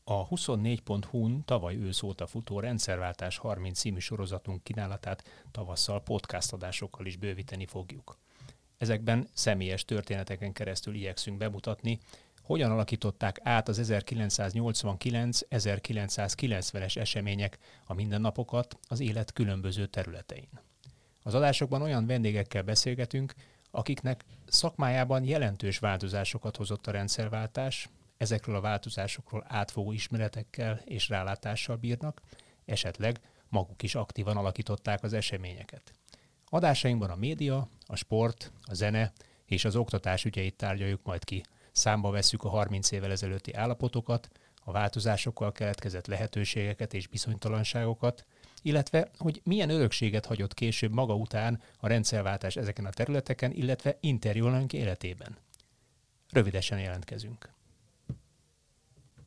A 24.hu-n tavaly ősz óta futó Rendszerváltás 30 című sorozatunk kínálatát tavasszal podcast adásokkal is bővíteni fogjuk. Ezekben személyes történeteken keresztül igyekszünk bemutatni, hogyan alakították át az 1989-1990-es események a mindennapokat az élet különböző területein. Az adásokban olyan vendégekkel beszélgetünk, akiknek szakmájában jelentős változásokat hozott a rendszerváltás, ezekről a változásokról átfogó ismeretekkel és rálátással bírnak, esetleg maguk is aktívan alakították az eseményeket. Adásainkban a média, a sport, a zene és az oktatás ügyeit tárgyaljuk majd ki. Számba vesszük a 30 évvel ezelőtti állapotokat, a változásokkal keletkezett lehetőségeket és bizonytalanságokat, illetve hogy milyen örökséget hagyott később maga után a rendszerváltás ezeken a területeken, illetve interjúlónk életében. Rövidesen jelentkezünk.